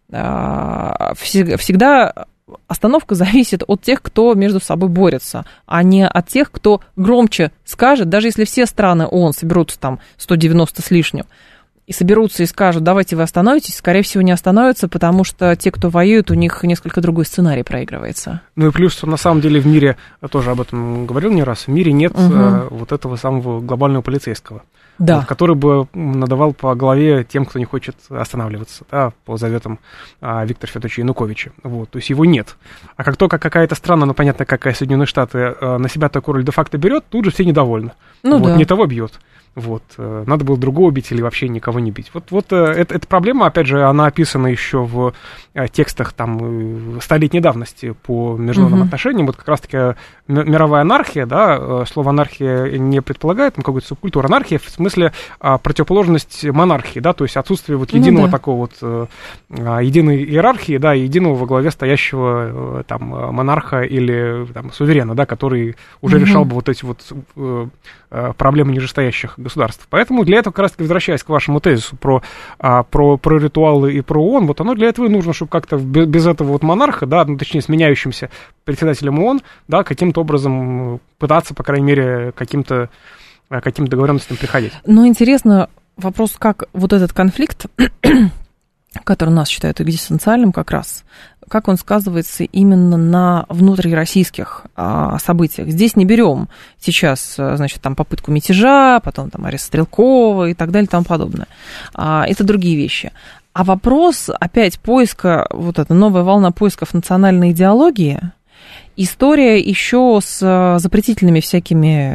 всегда остановка зависит от тех, кто между собой борется, а не от тех, кто громче скажет, даже если все страны ООН соберутся там сто девяносто с лишним, и соберутся и скажут, давайте вы остановитесь, скорее всего, не остановятся, потому что те, кто воюет, у них несколько другой сценарий проигрывается. Ну и плюс, на самом деле, в мире, я тоже об этом говорил не раз, в мире нет угу. э, вот этого самого глобального полицейского, да. вот, который бы надавал по голове тем, кто не хочет останавливаться, да, по заветам э, Виктора Федоровича Януковича. Вот, то есть его нет. А как только какая-то страна, ну понятно, какая Соединенные Штаты, э, на себя такую роль де-факто берет, тут же все недовольны. Ну, вот, да. Не того бьет. Вот, надо было другого бить или вообще никого не бить. Вот, вот это, эта проблема, опять же, она описана еще в текстах там столетней давности по международным uh-huh. отношениям. Вот как раз-таки мировая анархия, да, слово анархия не предполагает там какую-то субкультуру. Анархия в смысле противоположность монархии, да, то есть отсутствие вот единого ну, да. такого вот, единой иерархии, да, единого во главе стоящего там монарха или там суверена, да, который уже uh-huh. решал бы вот эти вот проблемы нижестоящих государств. Поэтому для этого, как раз таки, возвращаясь к вашему тезису про, а, про, про ритуалы и про ООН, вот оно для этого и нужно, чтобы как-то без, без этого вот монарха, да, ну, точнее, сменяющимся председателем ООН, да, каким-то образом пытаться, по крайней мере, каким-то, каким договоренностям приходить. Ну, интересно, вопрос, как вот этот конфликт, который у нас считают экзистенциальным как раз, как он сказывается именно на внутрироссийских а, событиях. Здесь не берем сейчас, значит, там попытку мятежа, потом там арест Стрелкова и так далее и тому подобное. А, это другие вещи. А вопрос опять поиска, вот эта новая волна поисков национальной идеологии, история еще с запретительными всякими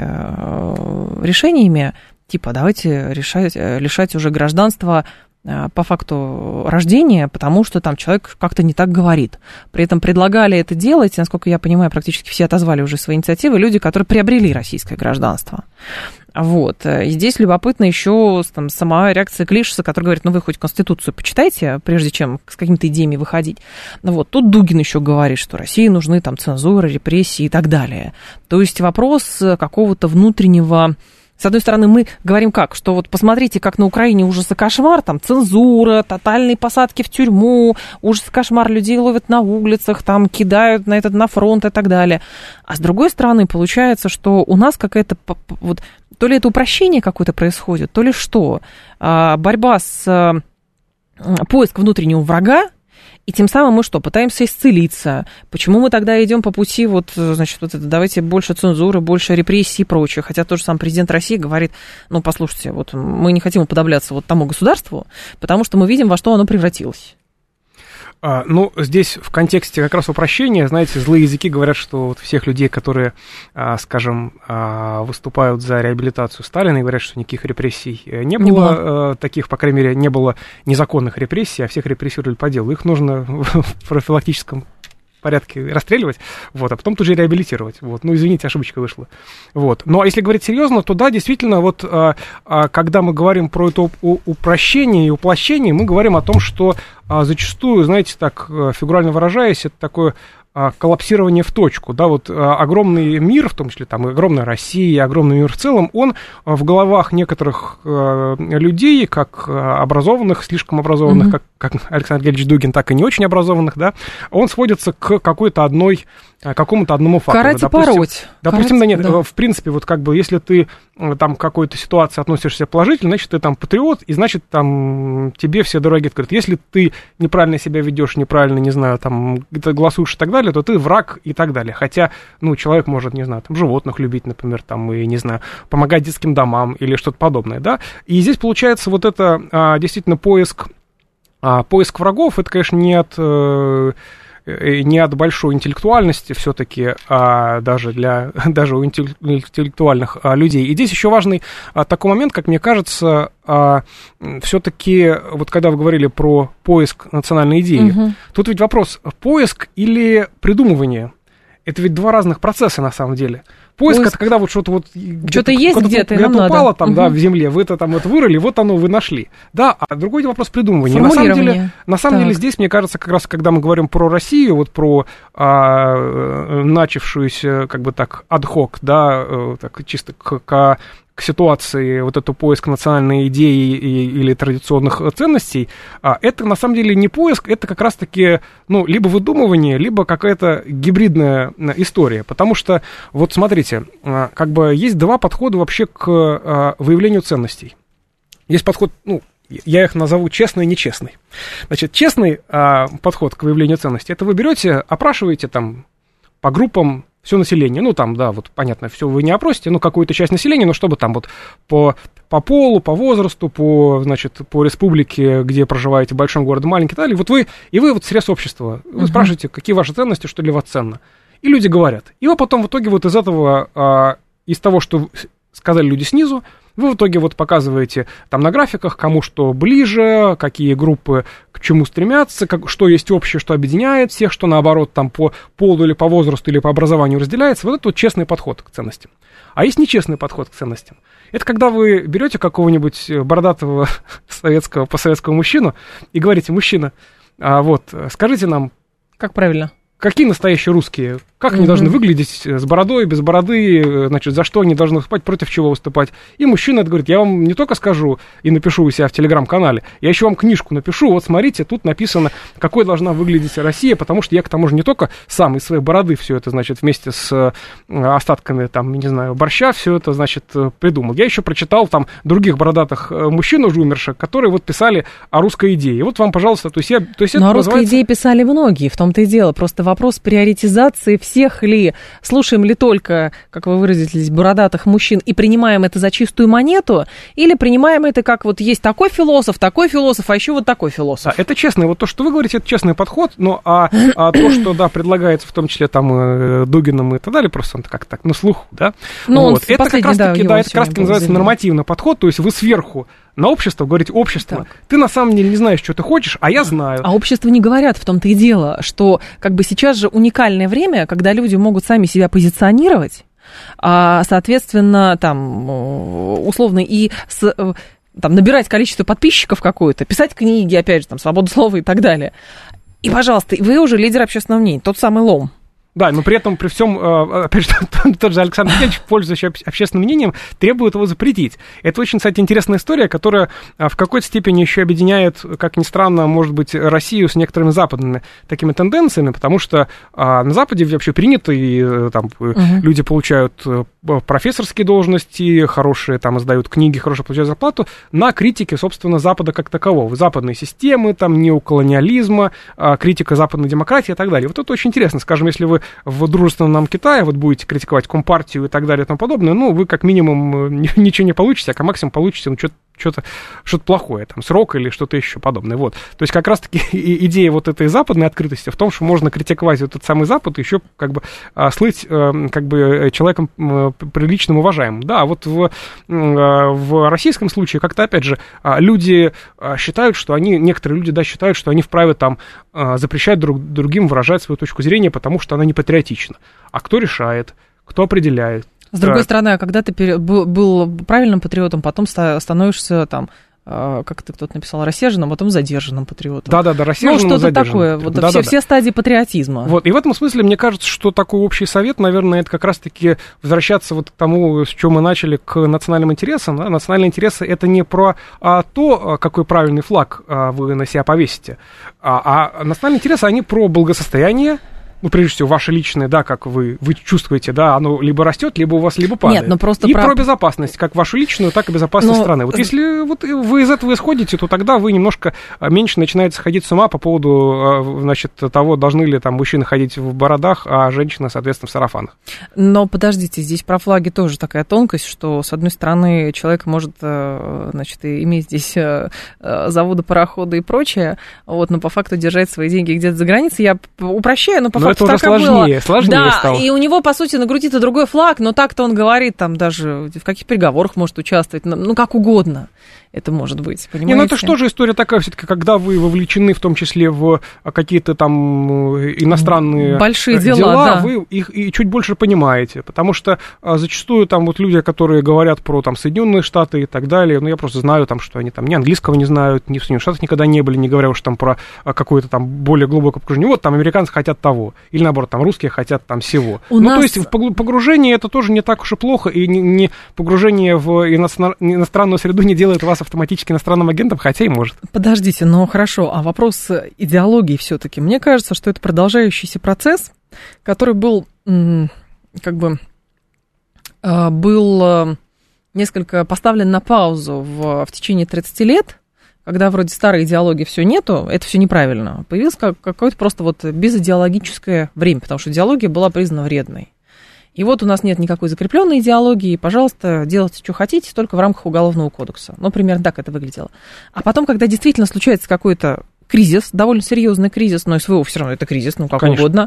решениями, типа давайте решать, лишать уже гражданства по факту рождения, потому что там человек как-то не так говорит. При этом предлагали это делать, насколько я понимаю, практически все отозвали уже свои инициативы, люди, которые приобрели российское гражданство. Вот. И здесь любопытно еще там, сама реакция Клишеса, который говорит, ну вы хоть Конституцию почитайте, прежде чем с какими-то идеями выходить. Вот. Тут Дугин еще говорит, что России нужны там цензура, репрессии и так далее. То есть вопрос какого-то внутреннего... С одной стороны, мы говорим как, что вот посмотрите, как на Украине ужас и кошмар, там цензура, тотальные посадки в тюрьму, ужас и кошмар, людей ловят на улицах, там кидают на этот, на фронт и так далее. А с другой стороны, получается, что у нас какая-то, вот, то ли это упрощение какое-то происходит, то ли что, борьба с поиском внутреннего врага, и тем самым мы что, пытаемся исцелиться? Почему мы тогда идем по пути, вот, значит, вот это, давайте больше цензуры, больше репрессий и прочее? Хотя тот же сам президент России говорит, ну, послушайте, вот мы не хотим уподобляться вот тому государству, потому что мы видим, во что оно превратилось. А, ну, здесь в контексте как раз упрощения, знаете, злые языки говорят, что вот всех людей, которые, а, скажем, а, выступают за реабилитацию Сталина, и говорят, что никаких репрессий не было, не было. А, таких, по крайней мере, не было незаконных репрессий, а всех репрессировали по делу. Их нужно в профилактическом порядке расстреливать, вот, а потом тут же реабилитировать. Вот. Ну, извините, ошибочка вышла. Вот. Но если говорить серьезно, то да, действительно, вот, а, а, когда мы говорим про это упрощение и уплощение, мы говорим о том, что а, зачастую, знаете, так, фигурально выражаясь, это такое коллапсирование в точку, да, вот огромный мир, в том числе там огромная Россия, огромный мир в целом, он в головах некоторых э, людей, как образованных, слишком образованных, mm-hmm. как, как Александр Гельевич Дугин, так и не очень образованных, да, он сводится к какой-то одной, к какому-то одному факту. Карать и пороть. Допустим, да нет, да. в принципе, вот как бы, если ты там к какой-то ситуации относишься положительно, значит, ты там патриот, и значит, там тебе все дороги открыты. Если ты неправильно себя ведешь, неправильно, не знаю, там, голосуешь и так далее, то ты враг и так далее. Хотя, ну, человек может, не знаю, там, животных любить, например, там, и, не знаю, помогать детским домам или что-то подобное, да. И здесь получается вот это а, действительно поиск, а, поиск врагов, это, конечно, не от... не от большой интеллектуальности все-таки, а даже, для, даже у интеллектуальных людей. И здесь еще важный такой момент, как мне кажется, все-таки, вот когда вы говорили про поиск национальной идеи, угу. тут ведь вопрос, поиск или придумывание? Это ведь два разных процесса на самом деле. Поиск, Поиск. Это когда вот что-то вот что-то есть где-то, где-то нам упало надо. там, угу. да, в земле, вы это там вот вырыли, вот оно вы нашли. Да, а другой вопрос придумывания. На самом деле, на самом деле здесь, мне кажется, как раз когда мы говорим про Россию, вот про а, начавшуюся, как бы так, ад-хок, да, так, чисто к, к к ситуации вот эту поиск национальной идеи и, или традиционных ценностей, а, это на самом деле не поиск, это как раз-таки, ну, либо выдумывание, либо какая-то гибридная история, потому что, вот смотрите, а, как бы есть два подхода вообще к а, выявлению ценностей. Есть подход, ну, я их назову честный и нечестный. Значит, честный а, подход к выявлению ценностей, это вы берете, опрашиваете там по группам все население, ну, там, да, вот, понятно, все вы не опросите, ну, какую-то часть населения, но чтобы там вот по, по полу, по возрасту, по, значит, по республике, где проживаете, в большом городе, маленький, и так далее, вот вы, и вы вот срез общества, вы uh-huh. спрашиваете, какие ваши ценности, что для вас ценно, и люди говорят, и вы потом в итоге вот из этого, а, из того, что сказали люди снизу, вы в итоге вот показываете там на графиках, кому что ближе, какие группы к чему стремятся, как, что есть общее, что объединяет всех, что наоборот там по полу или по возрасту или по образованию разделяется. Вот это вот честный подход к ценностям. А есть нечестный подход к ценностям. Это когда вы берете какого-нибудь бородатого советского, постсоветского мужчину и говорите: мужчина, а вот скажите нам, как правильно? Какие настоящие русские? Как они mm-hmm. должны выглядеть с бородой, без бороды? Значит, за что они должны выступать, против чего выступать? И мужчина это говорит: я вам не только скажу и напишу у себя в телеграм-канале, я еще вам книжку напишу. Вот смотрите, тут написано, какой должна выглядеть Россия, потому что я к тому же не только сам из своей бороды все это, значит, вместе с остатками, там, не знаю, борща, все это, значит, придумал. Я еще прочитал там других бородатых мужчин уже умерших, которые вот писали о русской идее. И вот вам, пожалуйста, то есть я... То есть Но это о русской называется... идее писали многие, в том-то и дело. Просто вопрос приоритизации всех ли, слушаем ли только, как вы выразились, бородатых мужчин и принимаем это за чистую монету, или принимаем это как вот есть такой философ, такой философ, а еще вот такой философ. А, это честно, вот то, что вы говорите, это честный подход, но а, а то, что, да, предлагается в том числе там э, Дугиным и так далее, просто он как так на слуху, да, ну, вот. Это как раз-таки, да, да, это как раз-таки называется заявлен. Нормативный подход, то есть вы сверху на общество говорите: общество, так. ты на самом деле не знаешь, что ты хочешь, а я знаю. А общество не говорят, в том-то и дело, что как бы сейчас же уникальное время, когда люди могут сами себя позиционировать, а, соответственно, там, условно, и с, там, набирать количество подписчиков какое-то, писать книги, опять же, там, свободу слова и так далее. И, пожалуйста, вы уже лидер общественного мнения, тот самый лом. Да, но при этом, при всем, опять же, тот же Александр Евгеньевич, пользуясь общественным мнением, требует его запретить. Это очень, кстати, интересная история, которая в какой-то степени еще объединяет, как ни странно, может быть, Россию с некоторыми западными такими тенденциями, потому что на Западе вообще принято, и там угу. люди получают профессорские должности, хорошие там издают книги, хорошо получают зарплату, на критике, собственно, Запада как такового. Западной системы, там, неоколониализма, критика западной демократии и так далее. Вот это очень интересно. Скажем, если вы в дружественном нам Китае вот будете критиковать Компартию и так далее и тому подобное, ну, вы как минимум ничего не получите, а как максимум получите, ну, что-то что-то, что-то плохое, там, срок или что-то еще подобное, вот. То есть как раз-таки идея вот этой западной открытости в том, что можно критиковать этот самый Запад и еще как бы слыть как бы человеком приличным, уважаемым. Да, вот в, в российском случае как-то, опять же, люди считают, что они, некоторые люди, да, считают, что они вправе там запрещать друг, другим выражать свою точку зрения, потому что она не патриотична. А кто решает, кто определяет? С другой да. стороны, а когда ты был, был правильным патриотом, потом становишься там, как ты кто-то написал, рассерженным, потом задержанным патриотом. Да-да-да, рассерженным, ну, что-то такое, вот да, все, да, все стадии патриотизма. Вот, и в этом смысле, мне кажется, что такой общий совет, наверное, это как раз-таки возвращаться вот к тому, с чего мы начали, к национальным интересам. Да? Национальные интересы — это не про а, то, какой правильный флаг а, вы на себя повесите, а, а национальные интересы, они про благосостояние ну, прежде всего, ваше личное, да, как вы, вы чувствуете, да, оно либо растет, либо у вас либо падает. Нет, но просто и про... про безопасность, как вашу личную, так и безопасность но... страны. Вот если вот вы из этого исходите, то тогда вы немножко меньше начинаете сходить с ума по поводу, значит, того, должны ли там мужчины ходить в бородах, а женщины, соответственно, в сарафанах. Но подождите, здесь про флаги тоже такая тонкость, что, с одной стороны, человек может, значит, иметь здесь заводы, пароходы и прочее, вот, но по факту держать свои деньги где-то за границей. Я упрощаю, но по но факту это уже так сложнее, и было. Сложнее да, стало. И у него, по сути, на груди-то другой флаг, но так-то он говорит, там даже в каких переговорах может участвовать, ну, как угодно. Это может быть, понимаете? Не, ну это что же история такая все-таки, когда вы вовлечены в том числе в какие-то там иностранные большие дела, дела да. вы их и чуть больше понимаете, потому что а, зачастую там вот люди, которые говорят про там Соединенные Штаты и так далее, ну я просто знаю там, что они там ни английского не знают, ни в Соединенных Штатах никогда не были, не говоря уж там про а, какое-то там более глубокое погружение. Вот там американцы хотят того, или наоборот там русские хотят там всего. У ну нас... то есть в погружение это тоже не так уж и плохо, и не, не погружение в иностранную среду не делает вас автоматически иностранным агентом, хотя и может. Подождите, ну хорошо, а вопрос идеологии все-таки. Мне кажется, что это продолжающийся процесс, который был, как бы, был несколько поставлен на паузу в, в течение тридцати лет, когда вроде старой идеологии все нету, это все неправильно. Появилось как, какое-то просто вот безидеологическое время, потому что идеология была признана вредной. И вот у нас нет никакой закрепленной идеологии, пожалуйста, делайте, что хотите, только в рамках Уголовного кодекса. Ну, примерно так это выглядело. А потом, когда действительно случается какой-то кризис, довольно серьезный кризис, но СВО все равно это кризис, ну, как Конечно. Угодно.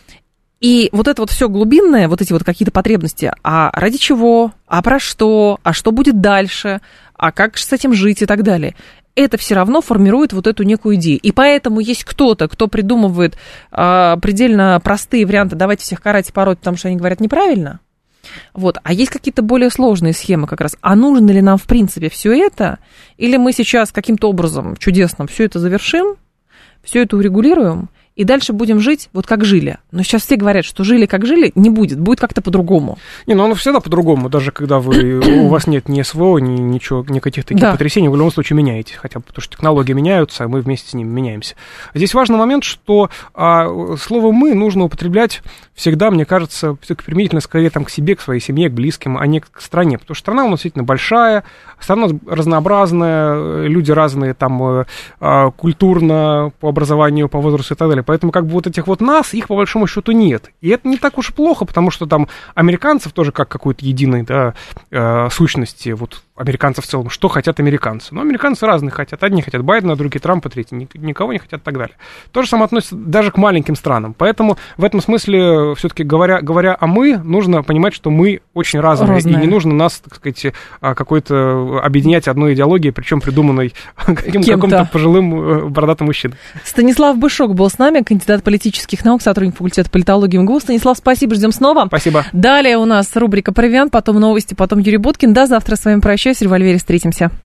И вот это вот все глубинное, вот эти вот какие-то потребности, а ради чего, а про что, а что будет дальше, а как с этим жить и так далее, это все равно формирует вот эту некую идею. И поэтому есть кто-то, кто придумывает э, предельно простые варианты, давайте всех карать и пороть, потому что они говорят неправильно. Вот. А есть какие-то более сложные схемы как раз. А нужно ли нам, в принципе, все это? Или мы сейчас каким-то образом чудесным все это завершим, все это урегулируем, и дальше будем жить вот как жили. Но сейчас все говорят, что жили как жили, не будет, будет как-то по-другому. Не, ну оно всегда по-другому, даже когда вы, у вас нет ни СВО, ни ничего, никаких таких да. потрясений, вы в любом случае меняетесь, хотя бы потому что технологии меняются, а мы вместе с ними меняемся. Здесь важный момент, что а, слово «мы» нужно употреблять всегда, мне кажется, все-таки применительно скорее там, к себе, к своей семье, к близким, а не к стране, потому что страна у нас действительно большая, страна разнообразная, люди разные там а, культурно, по образованию, по возрасту и так далее. Поэтому как бы вот этих вот нас, их по большому счету нет. И это не так уж плохо, потому что там американцев тоже как какой-то единой да, э, сущности, вот американцев в целом, что хотят американцы. Ну, американцы разные хотят. Одни хотят Байдена, другие Трампа, третьи никого не хотят и так далее. То же самое относится даже к маленьким странам. Поэтому в этом смысле, все-таки говоря, говоря о «мы», нужно понимать, что мы очень разные. разные. И не нужно нас, так сказать, какой-то объединять одной идеологией, причем придуманной каким- каким-то пожилым бородатым мужчиной. Станислав Бышок был с нами, кандидат политических наук, сотрудник факультета политологии МГУ. Станислав, спасибо, ждем снова. Спасибо. Далее у нас рубрика «Провиант», потом новости, потом Юрий Буткин. До завтра с вами прощаюсь. В револьвере встретимся.